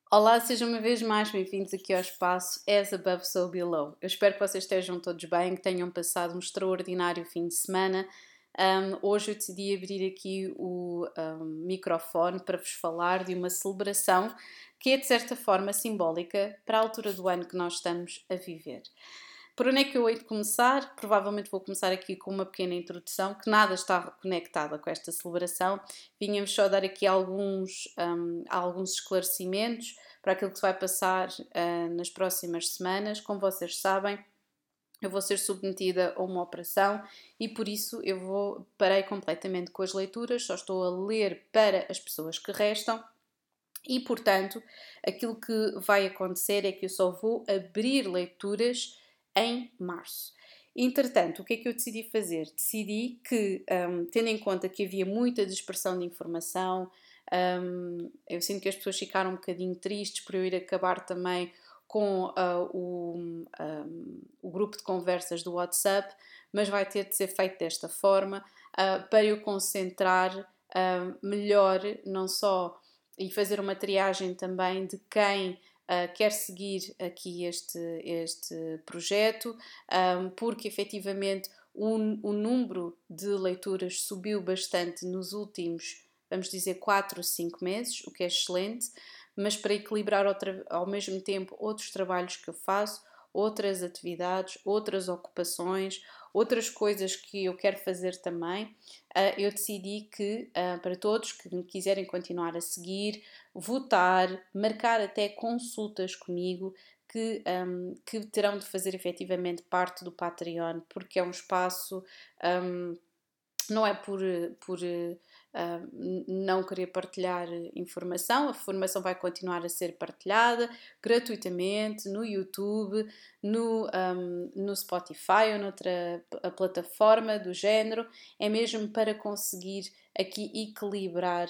Olá, sejam uma vez mais bem-vindos aqui ao espaço As Above, So Below. Eu espero que vocês estejam todos bem, que tenham passado um extraordinário fim de semana. Hoje eu decidi abrir aqui o microfone para vos falar de uma celebração que é de certa forma simbólica para a altura do ano que nós estamos a viver. Por onde é que eu hei de começar? Provavelmente vou começar aqui com uma pequena introdução, que nada está conectada com esta celebração. Vinha-vos só dar aqui alguns esclarecimentos para aquilo que se vai passar nas próximas semanas. Como vocês sabem, eu vou ser submetida a uma operação e por isso parei completamente com as leituras, só estou a ler para as pessoas que restam. E, portanto, aquilo que vai acontecer é que eu só vou abrir leituras em março. Entretanto, o que é que eu decidi fazer? Decidi que, tendo em conta que havia muita dispersão de informação, eu sinto que as pessoas ficaram um bocadinho tristes por eu ir acabar também com o grupo de conversas do WhatsApp, mas vai ter de ser feito desta forma para eu concentrar melhor, não só e fazer uma triagem também de quem quer seguir aqui este projeto, porque efetivamente o número de leituras subiu bastante nos últimos, vamos dizer, 4 ou 5 meses, o que é excelente, mas para equilibrar ao mesmo tempo outros trabalhos que eu faço, outras atividades, outras ocupações, outras coisas que eu quero fazer também, eu decidi que para todos que quiserem continuar a seguir, votar, marcar até consultas comigo, que terão de fazer efetivamente parte do Patreon, porque é um espaço, um, não é por não querer partilhar informação, a formação vai continuar a ser partilhada gratuitamente no YouTube, no Spotify ou noutra plataforma do género, é mesmo para conseguir aqui equilibrar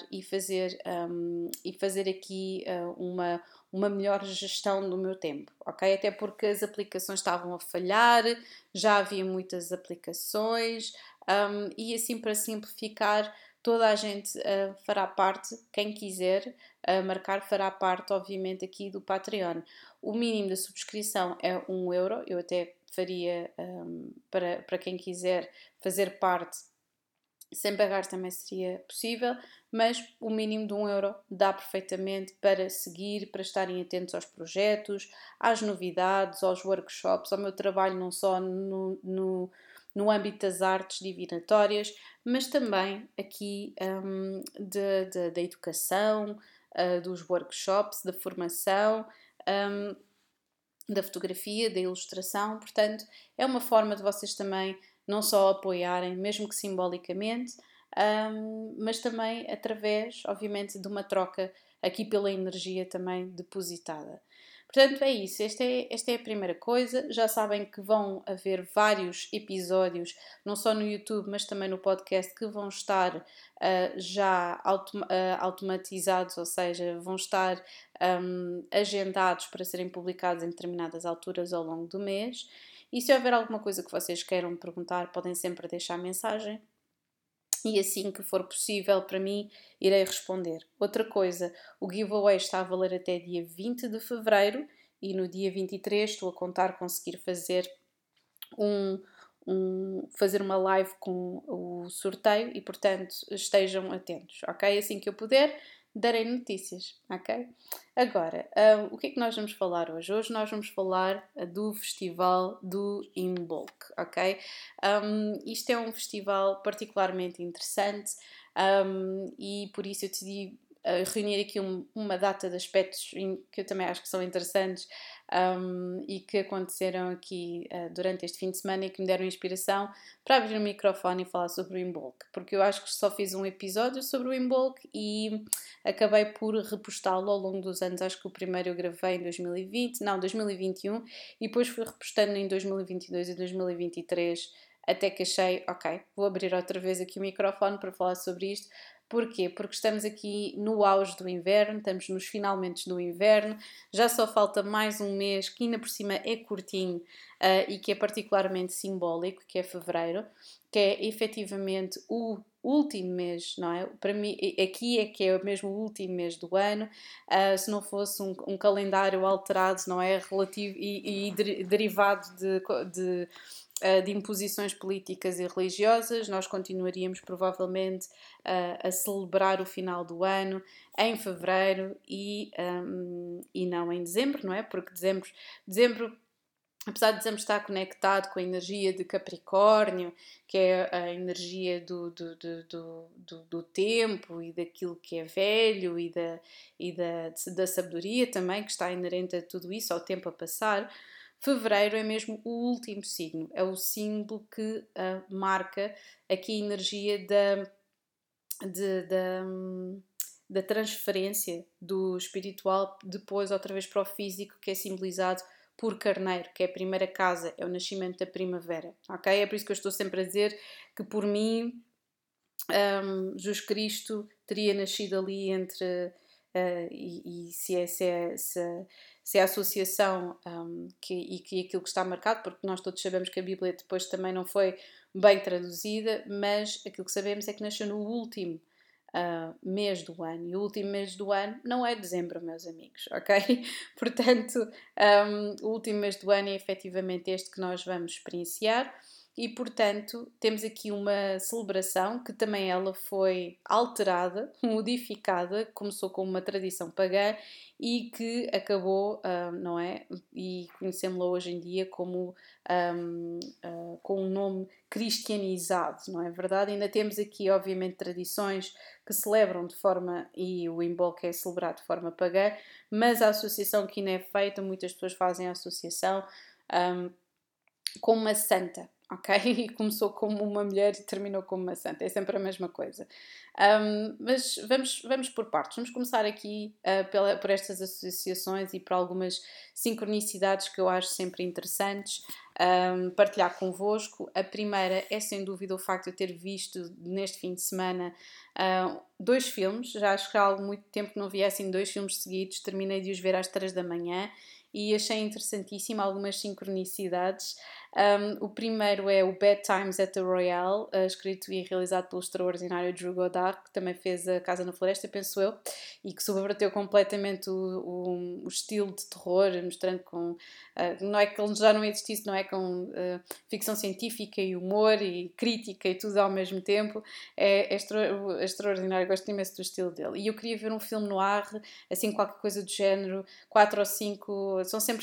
e fazer aqui uma melhor gestão do meu tempo, ok? Até porque as aplicações estavam a falhar, já havia muitas aplicações, e assim para simplificar, toda a gente fará parte, quem quiser marcar fará parte, obviamente, aqui do Patreon. O mínimo da subscrição é 1€, eu até faria para quem quiser fazer parte sem pagar também seria possível, mas o mínimo de 1€ dá perfeitamente para seguir, para estarem atentos aos projetos, às novidades, aos workshops, ao meu trabalho não só no âmbito das artes divinatórias, mas também aqui da educação, dos workshops, da formação, um, da fotografia, da ilustração. Portanto, é uma forma de vocês também não só apoiarem, mesmo que simbolicamente, mas também através, obviamente, de uma troca aqui pela energia também depositada. Portanto, é isso. Esta é a primeira coisa. Já sabem que vão haver vários episódios, não só no YouTube, mas também no podcast, que vão estar já automatizados, ou seja, vão estar agendados para serem publicados em determinadas alturas ao longo do mês. E se houver alguma coisa que vocês queiram me perguntar, podem sempre deixar mensagem. E assim que for possível para mim, irei responder. Outra coisa, o giveaway está a valer até dia 20 de fevereiro e no dia 23 estou a contar conseguir fazer fazer uma live com o sorteio e, portanto, estejam atentos, ok? Assim que eu puder, darei notícias, ok? Agora, o que é que nós vamos falar hoje? Hoje nós vamos falar do festival do Imbolc, ok? Isto é um festival particularmente interessante, e por isso eu decidi reunir aqui uma data de aspectos que eu também acho que são interessantes, e que aconteceram aqui durante este fim de semana e que me deram inspiração para abrir o microfone e falar sobre o Imbolc, porque eu acho que só fiz um episódio sobre o Imbolc e acabei por repostá-lo ao longo dos anos. Acho que o primeiro eu gravei em 2020, não, 2021, e depois fui repostando em 2022 e 2023, até que achei, ok, vou abrir outra vez aqui o microfone para falar sobre isto. Porquê? Porque estamos aqui no auge do inverno, estamos nos finalmente do inverno, já só falta mais um mês, que ainda por cima é curtinho, e que é particularmente simbólico, que é fevereiro, que é efetivamente último mês, não é? Para mim, aqui é que é mesmo o último mês do ano, se não fosse um calendário alterado, não é? Relativo e derivado de imposições políticas e religiosas, nós continuaríamos provavelmente a celebrar o final do ano em fevereiro e não em dezembro, não é? Porque dezembro, apesar de dezembro estar conectado com a energia de Capricórnio, que é a energia do tempo e daquilo que é velho e da sabedoria também, que está inerente a tudo isso, ao tempo a passar, fevereiro é mesmo o último signo, é o símbolo que marca aqui a energia de- da, da transferência do espiritual depois outra vez para o físico, que é simbolizado por Carneiro, que é a primeira casa, é o nascimento da primavera, ok? É por isso que eu estou sempre a dizer que por mim Jesus Cristo teria nascido ali entre e se é a associação que aquilo que está marcado, porque nós todos sabemos que a Bíblia depois também não foi bem traduzida, mas aquilo que sabemos é que nasceu no último mês do ano, e o último mês do ano não é dezembro, meus amigos, ok? Portanto, o último mês do ano é efetivamente este que nós vamos experienciar. E, portanto, temos aqui uma celebração que também ela foi alterada, modificada, começou como uma tradição pagã e que acabou, não é? E conhecemos-la hoje em dia como com um nome cristianizado, não é verdade? Ainda temos aqui, obviamente, tradições que celebram de forma, e o Imbolc é celebrado de forma pagã, mas a associação que ainda é feita, muitas pessoas fazem a associação com uma santa, ok? E começou como uma mulher e terminou como uma santa, é sempre a mesma coisa. Mas vamos por partes, vamos começar aqui por estas associações e por algumas sincronicidades que eu acho sempre interessantes partilhar convosco. A primeira é sem dúvida o facto de eu ter visto neste fim de semana 2 filmes, já acho que há muito tempo que não vi assim 2 filmes seguidos, terminei de os ver às 3 da manhã e achei interessantíssimo algumas sincronicidades. O primeiro é o Bad Times at the Royale, escrito e realizado pelo extraordinário Drew Goddard, que também fez A Casa na Floresta, penso eu, e que subverteu completamente o estilo de terror, mostrando com... não é que ele já não existisse, não é com ficção científica e humor e crítica e tudo ao mesmo tempo. É extraordinário, gosto imenso do estilo dele. E eu queria ver um filme no ar, assim, qualquer coisa do género, 4 ou 5,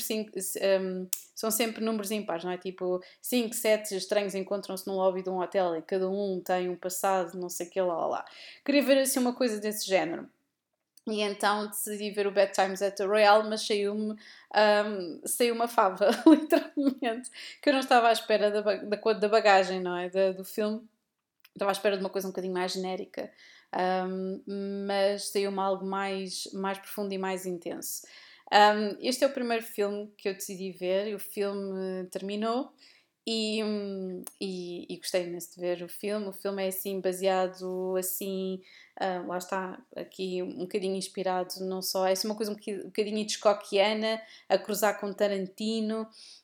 são sempre números impares, não é? Tipo, 5, 7 estranhos encontram-se no lobby de um hotel e cada um tem um passado, não sei o que, lá. Queria ver assim uma coisa desse género. E então decidi ver o Bad Times at the Royale, mas saiu uma fava, literalmente, que eu não estava à espera da bagagem, não é? Do filme. Estava à espera de uma coisa um bocadinho mais genérica, mas saiu-me algo mais profundo e mais intenso. Este é o primeiro filme que eu decidi ver, e o filme terminou e gostei imenso de ver o filme. O filme é assim baseado assim, lá está, aqui um bocadinho inspirado, não só, é assim uma coisa um bocadinho hitchcockiana, a cruzar com Tarantino,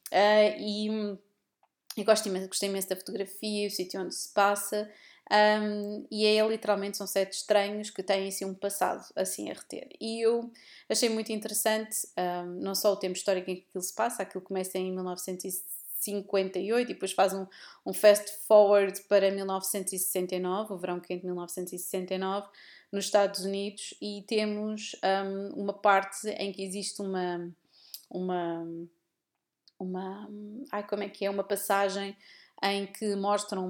e gostei imenso da fotografia, o sítio onde se passa. E é literalmente são 7 estranhos que têm assim um passado assim a reter. E eu achei muito interessante, não só o tempo histórico em que aquilo se passa, aquilo começa em 1958 e depois faz um fast forward para 1969, o verão quente de 1969, nos Estados Unidos, e temos uma parte em que existe uma como é que é? Uma passagem em que mostram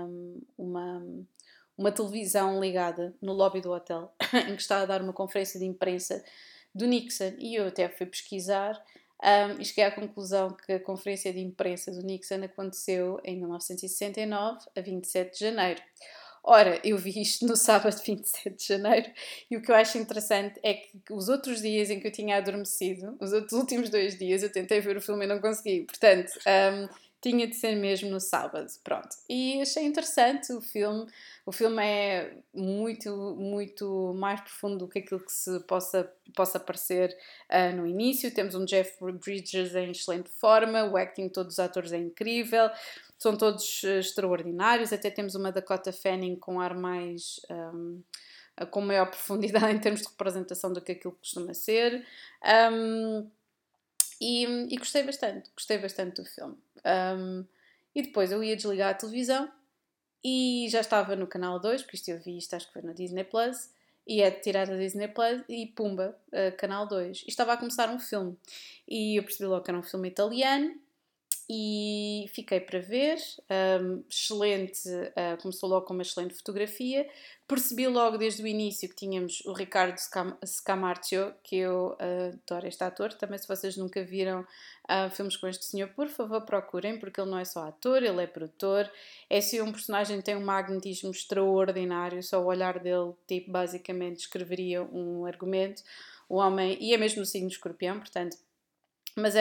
uma televisão ligada no lobby do hotel, em que está a dar uma conferência de imprensa do Nixon, e eu até fui pesquisar e cheguei à conclusão que a conferência de imprensa do Nixon aconteceu em 1969, a 27 de janeiro. Ora, eu vi isto no sábado 27 de janeiro e o que eu acho interessante é que os outros dias em que eu tinha adormecido, os últimos 2 dias, eu tentei ver o filme e não consegui. Portanto, tinha de ser mesmo no sábado, pronto. E achei interessante o filme. O filme é muito, muito mais profundo do que aquilo que se possa parecer no início. Temos um Jeff Bridges em excelente forma, o acting de todos os atores é incrível, são todos extraordinários. Até temos uma Dakota Fanning com ar mais... com maior profundidade em termos de representação do que aquilo que costuma ser. Um, e gostei bastante do filme. E depois eu ia desligar a televisão e já estava no canal 2, porque eu vi isto, acho que foi na Disney Plus, e é de tirar a Disney Plus e pumba, canal 2. E estava a começar um filme. E eu percebi logo que era um filme italiano e fiquei para ver. Excelente, começou logo com uma excelente fotografia. Percebi logo desde o início que tínhamos o Ricardo Scamarcio, que eu adoro este ator. Também, se vocês nunca viram filmes com este senhor, por favor procurem, porque ele não é só ator, ele é produtor. É assim um personagem que tem um magnetismo extraordinário, só o olhar dele, tipo, basicamente escreveria um argumento. O homem, e é mesmo o signo de Escorpião, portanto, mas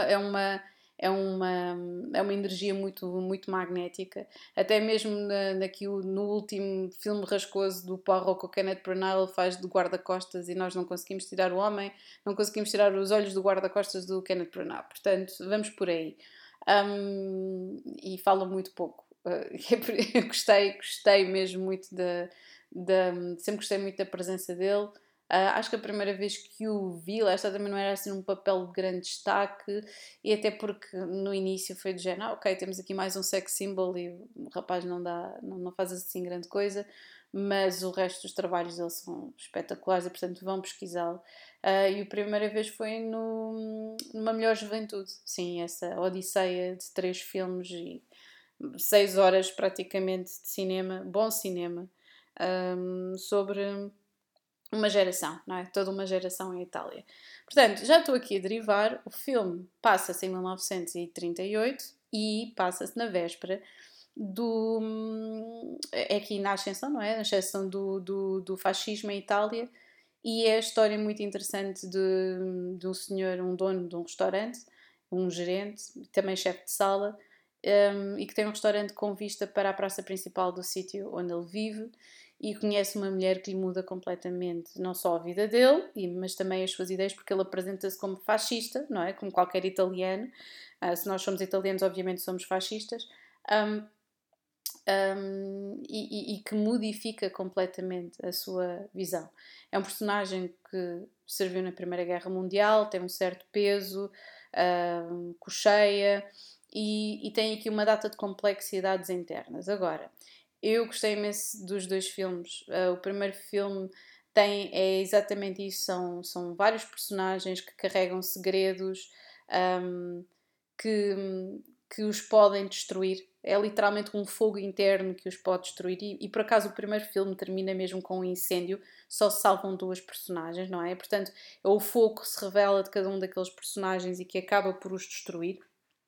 é uma energia muito, muito magnética. Até mesmo no último filme rascoso do Poirot com o Kenneth Branagh, ele faz de guarda-costas e nós não conseguimos tirar o homem, não conseguimos tirar os olhos do guarda-costas do Kenneth Branagh. Portanto, vamos por aí. E fala muito pouco. Eu gostei mesmo muito sempre gostei muito da presença dele. Acho que a primeira vez que o vi, lá está, também não era assim um papel de grande destaque, e até porque no início foi do género, ok, temos aqui mais um sex symbol e o rapaz não faz assim grande coisa, mas o resto dos trabalhos dele são espetaculares e portanto vão pesquisá-lo. E a primeira vez foi numa Melhor Juventude, sim, essa odisseia de 3 filmes e 6 horas praticamente de cinema, bom cinema, sobre uma geração, não é? Toda uma geração em Itália. Portanto, já estou aqui a derivar, o filme passa-se em 1938 e passa-se na véspera é aqui na ascensão, não é? Na ascensão do fascismo em Itália, e é a história muito interessante de um senhor, um dono de um restaurante, um gerente, também chefe de sala, e que tem um restaurante com vista para a praça principal do sítio onde ele vive, e conhece uma mulher que lhe muda completamente não só a vida dele, mas também as suas ideias, porque ele apresenta-se como fascista, não é? Como qualquer italiano. Se nós somos italianos, obviamente somos fascistas. E que modifica completamente a sua visão. É um personagem que serviu na Primeira Guerra Mundial, tem um certo peso, cocheia, e tem aqui uma data de complexidades internas. Agora, eu gostei imenso dos 2 filmes. O primeiro filme é exatamente isso, são vários personagens que carregam segredos, que, que os podem destruir. É literalmente um fogo interno que os pode destruir. E por acaso o primeiro filme termina mesmo com um incêndio, só se salvam 2 personagens, não é? Portanto, é o fogo que se revela de cada um daqueles personagens e que acaba por os destruir.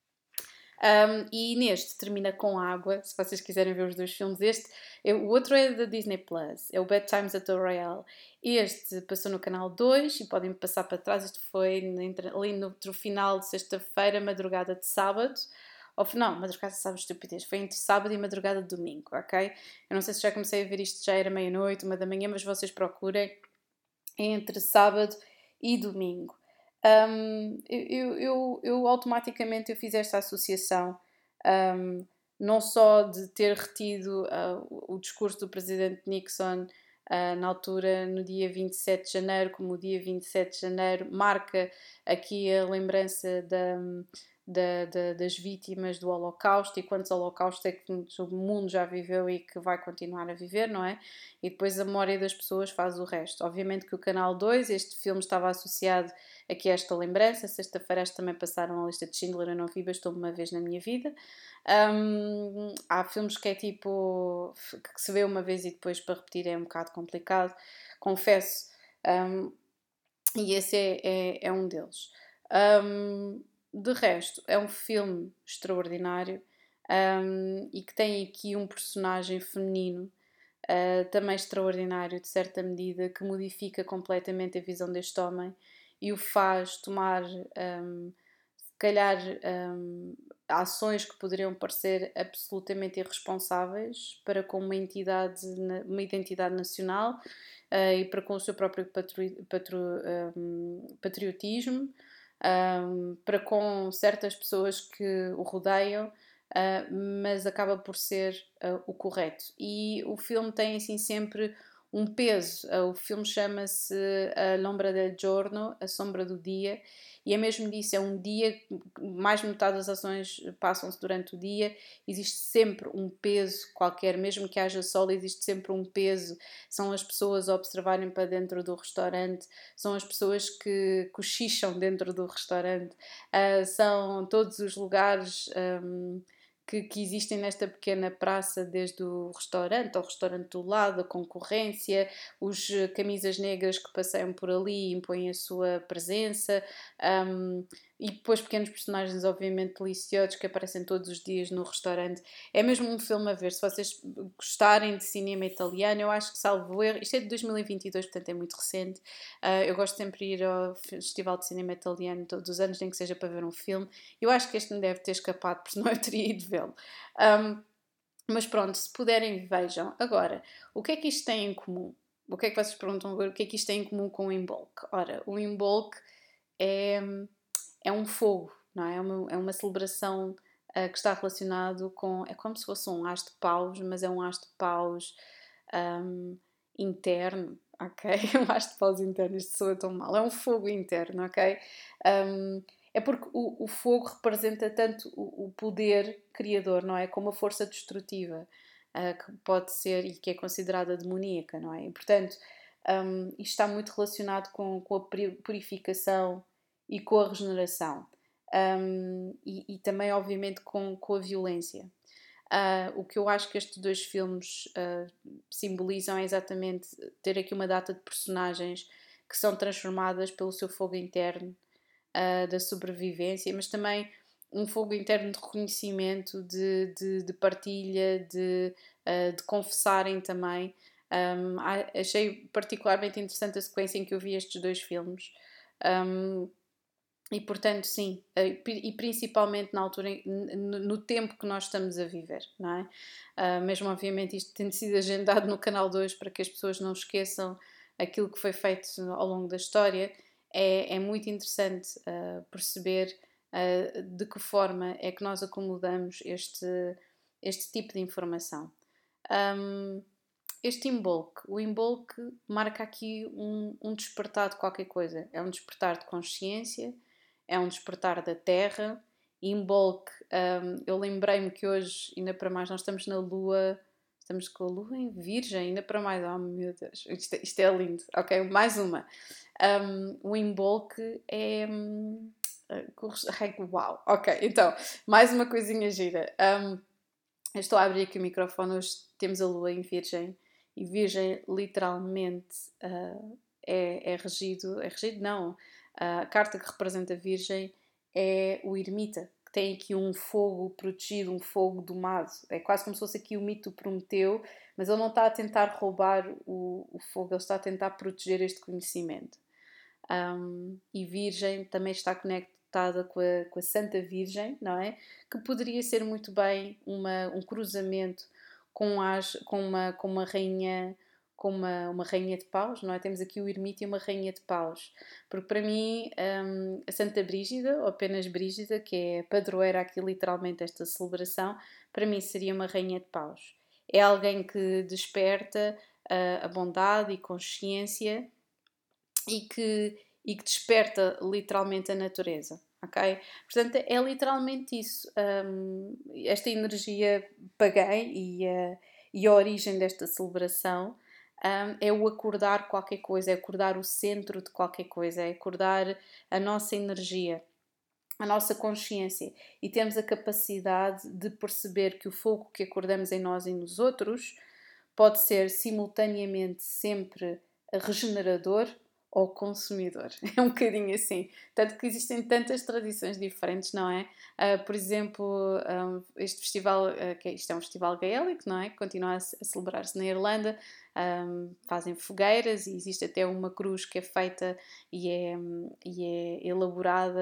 E neste termina com água, se vocês quiserem ver os 2 filmes. O outro é da Disney Plus, é o Bad Times at the Royale. Este passou no canal 2 e podem passar para trás. Este foi ali no final de sexta-feira, madrugada de sábado. Não, madrugada de sábado, estupidez. Foi entre sábado e madrugada de domingo, ok? Eu não sei se já comecei a ver isto, já era meia-noite, 1 da manhã, mas vocês procurem entre sábado e domingo. Eu automaticamente eu fiz esta associação, não só de ter retido o discurso do presidente Nixon na altura, no dia 27 de janeiro, como o dia 27 de janeiro marca aqui a lembrança das vítimas do Holocausto e quantos holocaustos é que o mundo já viveu e que vai continuar a viver, não é? E depois a memória das pessoas faz o resto. Obviamente que o Canal 2, este filme estava associado aqui a esta lembrança. Sexta-feira também passaram a lista de Schindler, eu não vi, bastou uma vez na minha vida. Há filmes que é tipo que se vê uma vez e depois para repetir é um bocado complicado, confesso, e esse é um deles. De resto, é um filme extraordinário, e que tem aqui um personagem feminino também extraordinário, de certa medida, que modifica completamente a visão deste homem e o faz tomar calhar ações que poderiam parecer absolutamente irresponsáveis para com uma identidade nacional e para com o seu próprio patriotismo, para com certas pessoas que o rodeiam, mas acaba por ser o correto. E o filme tem assim sempre um peso. O filme chama-se L'ombra del giorno, a sombra do dia, e é mesmo disso, é um dia, mais de metade das ações passam-se durante o dia, existe sempre um peso qualquer, mesmo que haja sol, existe sempre um peso. São as pessoas a observarem para dentro do restaurante, são as pessoas que cochicham dentro do restaurante, são todos os lugares que existem nesta pequena praça, desde o restaurante ao restaurante do lado, a concorrência, os camisas negras que passeiam por ali e impõem a sua presença, e depois pequenos personagens obviamente deliciosos que aparecem todos os dias no restaurante. É mesmo um filme a ver, se vocês gostarem de cinema italiano, eu acho que, salvo erro, isto é de 2022, portanto é muito recente. Eu gosto sempre de ir ao Festival de Cinema Italiano todos os anos, nem que seja para ver um filme. Eu acho que este me deve ter escapado, porque senão eu teria ido vê-lo. Mas pronto, se puderem, vejam. Agora, o que é que isto tem em comum? O que é que vocês perguntam agora? O que é que isto tem em comum com o Imbolc? Ora, o Imbolc é, é um fogo, não é? É uma celebração que está relacionado com... É como se fosse um as de paus, mas é um as de paus interno, ok? Um as de paus interno, isto soa tão mal. É um fogo interno, ok? É porque o fogo representa tanto o poder criador, não é? Como a força destrutiva, que pode ser e que é considerada demoníaca, não é? E, portanto, isto está muito relacionado com a purificação e com a regeneração. E também, obviamente, com a violência. O que eu acho que estes dois filmes simbolizam é exatamente ter aqui uma data de personagens que são transformadas pelo seu fogo interno, da sobrevivência, mas também um fogo interno de reconhecimento, de partilha, de confessarem também. Achei particularmente interessante a sequência em que eu vi estes dois filmes. E portanto, sim, e principalmente na altura, no tempo que nós estamos a viver, não é? Mesmo obviamente isto tendo sido agendado no Canal 2 para que as pessoas não esqueçam aquilo que foi feito ao longo da história, é muito interessante perceber de que forma é que nós acomodamos este tipo de informação. Este Imbolc, o Imbolc marca aqui um despertar de qualquer coisa, é um despertar de consciência, é um despertar da Terra. Imbolc, eu lembrei-me que hoje, ainda para mais, nós estamos na Lua, estamos com a Lua em Virgem, ainda para mais, oh meu Deus, isto é lindo, ok, mais uma. O Imbolc é... Uau, ok, então, mais uma coisinha gira. Eu estou a abrir aqui o microfone, hoje temos a Lua em Virgem, e Virgem literalmente é regido não, a carta que representa Virgem é o ermita, que tem aqui um fogo protegido, um fogo domado, é quase como se fosse aqui o mito do Prometeu, mas ele não está a tentar roubar o fogo, ele está a tentar proteger este conhecimento. E Virgem também está conectada com a Santa Virgem, não é? Que poderia ser muito bem um cruzamento com uma rainha, uma rainha de paus, não é? Temos aqui o ermita e uma rainha de paus, porque para mim a Santa Brígida, ou apenas Brígida, que é a padroeira aqui literalmente desta celebração, para mim seria uma rainha de paus. É alguém que desperta a bondade e consciência e que desperta literalmente a natureza, ok? Portanto, é literalmente isso. Esta energia pagã e a origem desta celebração é o acordar qualquer coisa, é acordar o centro de qualquer coisa, é acordar a nossa energia, a nossa consciência, e temos a capacidade de perceber que o fogo que acordamos em nós e nos outros pode ser simultaneamente sempre regenerador ou consumidor. É um bocadinho assim. Tanto que existem tantas tradições diferentes, não é? Por exemplo, este festival, isto é um festival gaélico, não é? Que continua a celebrar-se na Irlanda. Fazem fogueiras e existe até uma cruz que é feita e é elaborada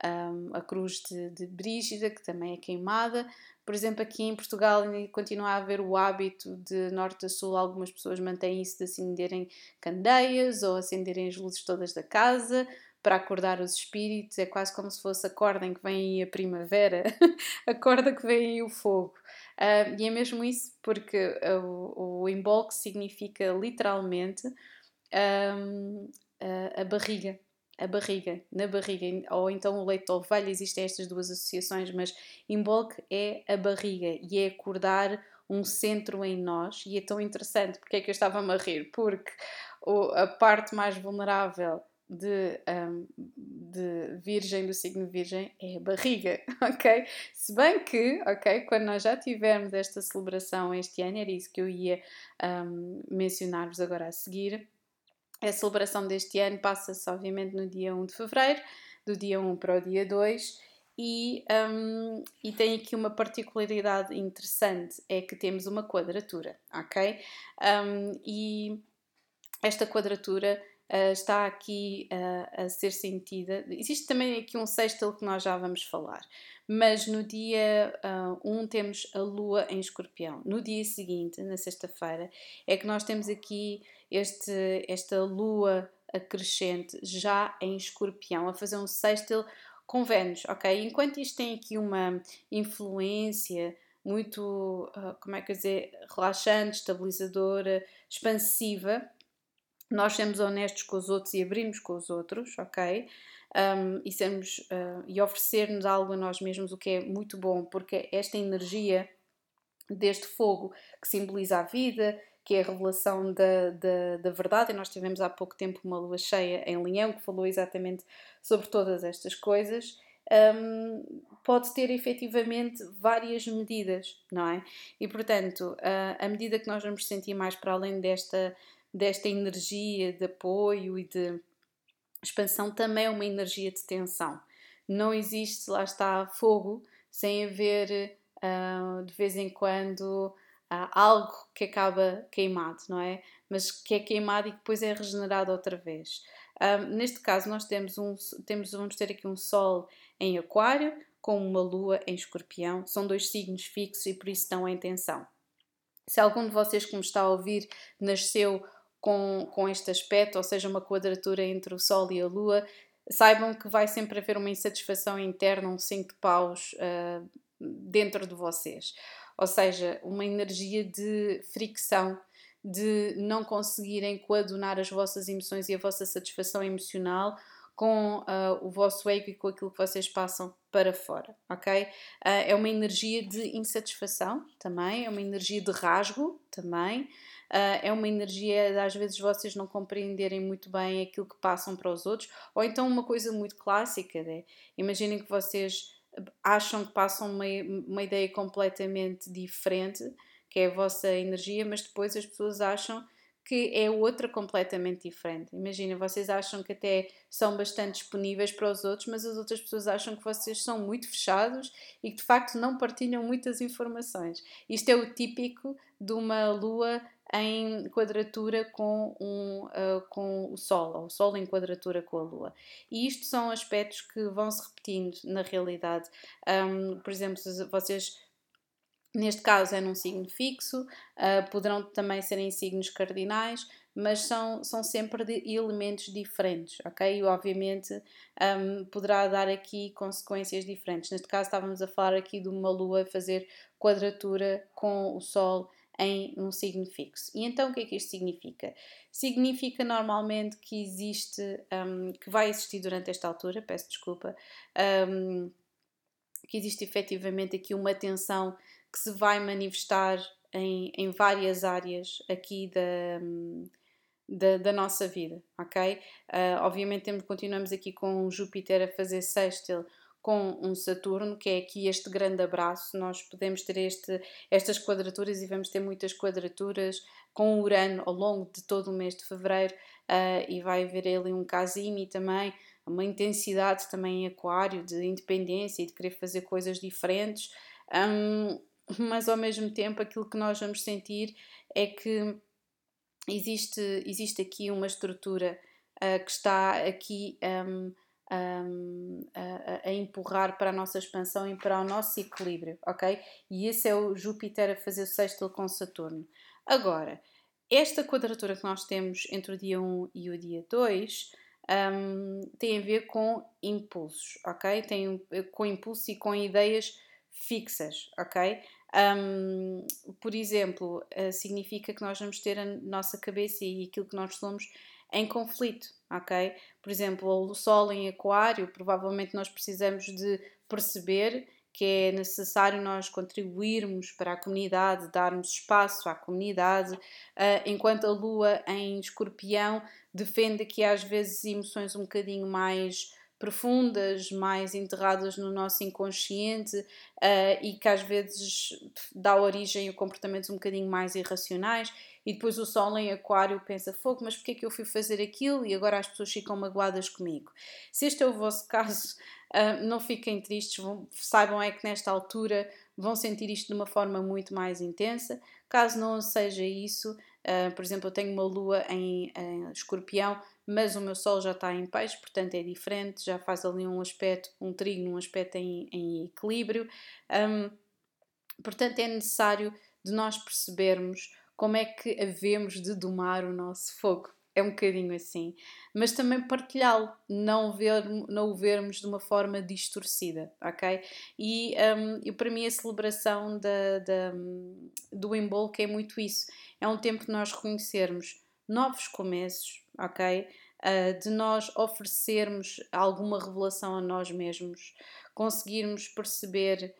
a cruz de Brígida, que também é queimada. Por exemplo, aqui em Portugal ainda continua a haver o hábito de norte a sul, algumas pessoas mantêm isso de acenderem candeias ou acenderem as luzes todas da casa para acordar os espíritos. É quase como se fosse acordem que vem aí a primavera, acorda que vem aí o fogo. E é mesmo isso porque o Imbolc significa literalmente a barriga. A barriga, na barriga, ou então o leite de ovelha, existem estas duas associações, mas Imbolc é a barriga e é acordar um centro em nós. E é tão interessante, porque é que eu estava-me a rir? Porque a parte mais vulnerável de virgem, do signo virgem, é a barriga, ok? Se bem que, ok, quando nós já tivermos esta celebração este ano, era isso que eu ia mencionar-vos agora a seguir. A celebração deste ano passa-se, obviamente, no dia 1 de fevereiro, do dia 1 para o dia 2, e tem aqui uma particularidade interessante, é que temos uma quadratura, ok? E esta quadratura está aqui a ser sentida. Existe também aqui um sextil que nós já vamos falar, mas no dia 1 temos a Lua em Escorpião. No dia seguinte, na sexta-feira, é que nós temos aqui esta Lua acrescente já em Escorpião, a fazer um sextil com Vênus, ok? Enquanto isto tem aqui uma influência muito, como é que eu dizer, relaxante, estabilizadora, expansiva, nós sermos honestos com os outros e abrirmos com os outros, ok? E oferecermos algo a nós mesmos, o que é muito bom, porque esta energia deste fogo que simboliza a vida, que é a revelação da verdade, e nós tivemos há pouco tempo uma lua cheia em Leão que falou exatamente sobre todas estas coisas, pode ter efetivamente várias medidas, não é? E portanto, à medida que nós vamos sentir mais para além desta energia de apoio e de expansão, também é uma energia de tensão. Não existe, lá está, fogo sem haver de vez em quando algo que acaba queimado, não é? Mas que é queimado e que depois é regenerado outra vez. Neste caso, nós vamos ter aqui um Sol em Aquário com uma Lua em Escorpião. São dois signos fixos e por isso estão em tensão. Se algum de vocês que me está a ouvir nasceu com este aspecto, ou seja, uma quadratura entre o Sol e a Lua, saibam que vai sempre haver uma insatisfação interna, um 5 de paus dentro de vocês. Ou seja, uma energia de fricção, de não conseguirem coadunar as vossas emoções e a vossa satisfação emocional com o vosso ego e com aquilo que vocês passam para fora, ok? É uma energia de insatisfação também, é uma energia de rasgo também, é uma energia de às vezes vocês não compreenderem muito bem aquilo que passam para os outros, ou então uma coisa muito clássica, né? Imaginem que vocês acham que passam uma ideia completamente diferente, que é a vossa energia, mas depois as pessoas acham que é outra completamente diferente. Imagina, vocês acham que até são bastante disponíveis para os outros, mas as outras pessoas acham que vocês são muito fechados e que de facto não partilham muitas informações. Isto é o típico de uma lua em quadratura com o Sol, ou o Sol em quadratura com a Lua. E isto são aspectos que vão se repetindo na realidade. Por exemplo, se vocês neste caso é num signo fixo, poderão também ser em signos cardinais, mas são sempre de elementos diferentes, ok? E obviamente poderá dar aqui consequências diferentes. Neste caso estávamos a falar aqui de uma lua a fazer quadratura com o Sol em um signo fixo. E então o que é que isto significa? Significa normalmente que existe, que vai existir durante esta altura, peço desculpa, que existe efetivamente aqui uma tensão que se vai manifestar em várias áreas aqui da nossa vida, ok? Obviamente continuamos aqui com Júpiter a fazer sextil com um Saturno, que é aqui este grande abraço. Nós podemos ter estas quadraturas e vamos ter muitas quadraturas com Urano ao longo de todo o mês de fevereiro, e vai haver ali um casimi também, uma intensidade também em aquário, de independência e de querer fazer coisas diferentes, mas ao mesmo tempo aquilo que nós vamos sentir é que existe aqui uma estrutura que está aqui a a empurrar para a nossa expansão e para o nosso equilíbrio, ok? E esse é o Júpiter a fazer o sextil com Saturno. Agora, esta quadratura que nós temos entre o dia 1 e o dia 2 tem a ver com impulsos, ok? Com impulsos e com ideias fixas, ok? Por exemplo, significa que nós vamos ter a nossa cabeça e aquilo que nós somos em conflito, ok? Por exemplo, o Sol em Aquário, provavelmente nós precisamos de perceber que é necessário nós contribuirmos para a comunidade, darmos espaço à comunidade, enquanto a Lua em Escorpião defende que às vezes emoções um bocadinho mais profundas, mais enterradas no nosso inconsciente e que às vezes dá origem a comportamentos um bocadinho mais irracionais. E depois o Sol em Aquário pensa, fogo, mas porquê é que eu fui fazer aquilo e agora as pessoas ficam magoadas comigo? Se este é o vosso caso, não fiquem tristes, saibam é que nesta altura vão sentir isto de uma forma muito mais intensa. Caso não seja isso, por exemplo, eu tenho uma Lua em Escorpião, mas o meu Sol já está em Peixe, portanto é diferente, já faz ali um aspecto, um trígono, um aspecto em equilíbrio. Portanto, é necessário de nós percebermos como é que havemos de domar o nosso fogo. É um bocadinho assim. Mas também partilhá-lo, não o vermos de uma forma distorcida, ok? E para mim a celebração do Imbolc é muito isso. É um tempo de nós reconhecermos novos começos, ok? De nós oferecermos alguma revelação a nós mesmos, conseguirmos perceber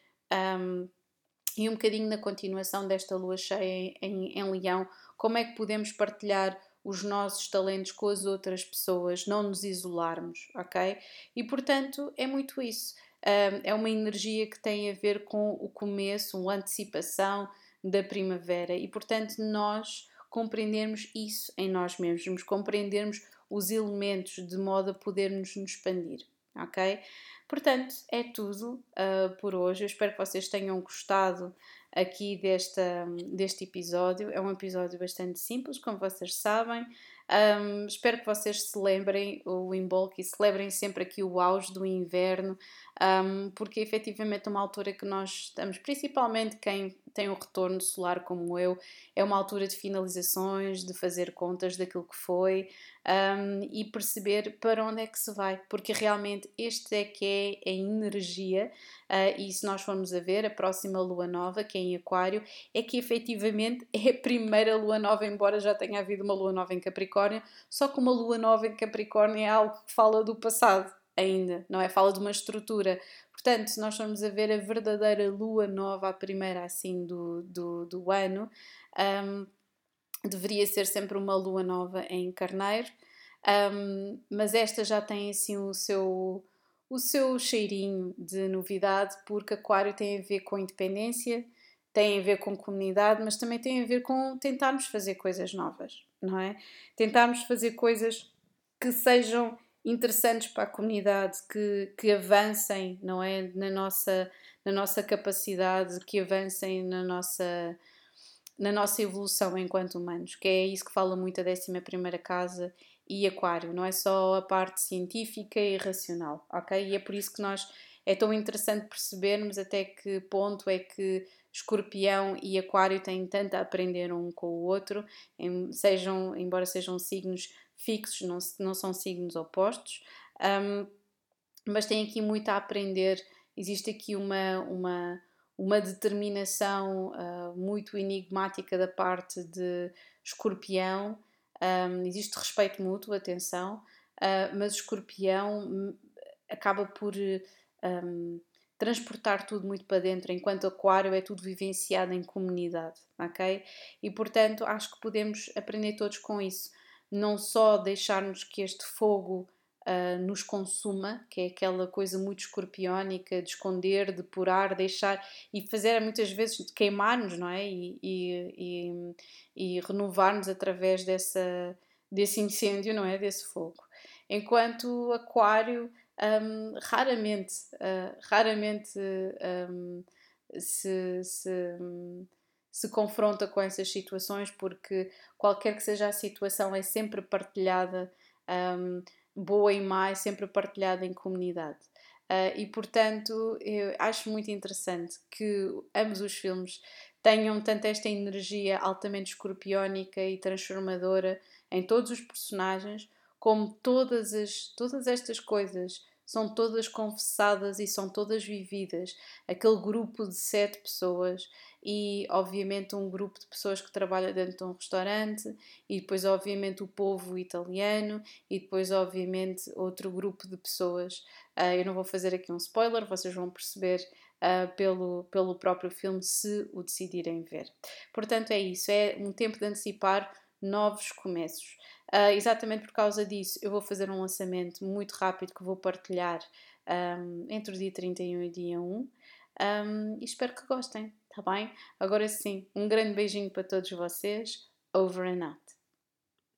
e um bocadinho na continuação desta lua cheia em Leão, como é que podemos partilhar os nossos talentos com as outras pessoas, não nos isolarmos, ok? E portanto é muito isso. É uma energia que tem a ver com o começo, uma antecipação da primavera e portanto nós compreendermos isso em nós mesmos, compreendermos os elementos de modo a podermos nos expandir, ok? Portanto, é tudo por hoje. Eu espero que vocês tenham gostado aqui deste episódio. É um episódio bastante simples, como vocês sabem. Espero que vocês celebrem o Imbolc e celebrem sempre aqui o auge do inverno, porque efetivamente é uma altura que nós estamos, principalmente quem tem o retorno solar como eu, é uma altura de finalizações, de fazer contas daquilo que foi, e perceber para onde é que se vai, porque realmente este é que é a energia, e se nós formos a ver a próxima lua nova, que é em Aquário, é que efetivamente é a primeira lua nova, embora já tenha havido uma lua nova em Capricórnio, só que uma lua nova em Capricórnio é algo que fala do passado ainda, não é? Fala de uma estrutura. Portanto, se nós formos a ver a verdadeira lua nova, a primeira assim do ano, deveria ser sempre uma lua nova em Carneiro, mas esta já tem assim o seu cheirinho de novidade, porque Aquário tem a ver com independência, tem a ver com comunidade, mas também tem a ver com tentarmos fazer coisas novas, não é? Tentarmos fazer coisas que sejam interessantes para a comunidade, que avancem, não é? Na nossa capacidade, que avancem na nossa evolução enquanto humanos, que é isso que fala muito a 11ª casa e Aquário, não é só a parte científica e racional, ok? E é por isso que é tão interessante percebermos até que ponto é que Escorpião e Aquário têm tanto a aprender um com o outro, embora sejam signos fixos, não são signos opostos, mas têm aqui muito a aprender. Existe aqui uma determinação muito enigmática da parte de Escorpião. Existe respeito mútuo, atenção, mas Escorpião acaba por transportar tudo muito para dentro, enquanto Aquário é tudo vivenciado em comunidade, ok? E portanto acho que podemos aprender todos com isso, não só deixarmos que este fogo nos consuma, que é aquela coisa muito escorpiónica de esconder, depurar, deixar e fazer muitas vezes queimar-nos, não é? E renovar-nos através desse incêndio, não é? Desse fogo. Enquanto Aquário raramente se, se, se confronta com essas situações, porque qualquer que seja a situação é sempre partilhada, boa e má, é sempre partilhada em comunidade. E portanto, eu acho muito interessante que ambos os filmes tenham tanto esta energia altamente escorpiónica e transformadora em todos os personagens, como todas estas coisas são todas confessadas e são todas vividas. Aquele grupo de 7 pessoas e, obviamente, um grupo de pessoas que trabalha dentro de um restaurante, e depois, obviamente, o povo italiano, e depois, obviamente, outro grupo de pessoas. Eu não vou fazer aqui um spoiler, vocês vão perceber pelo próprio filme se o decidirem ver. Portanto, é isso, é um tempo de antecipar novos começos. Exatamente por causa disso, eu vou fazer um lançamento muito rápido que vou partilhar entre o dia 31 e o dia 1. E espero que gostem, tá bem? Agora sim, um grande beijinho para todos vocês. Over and out.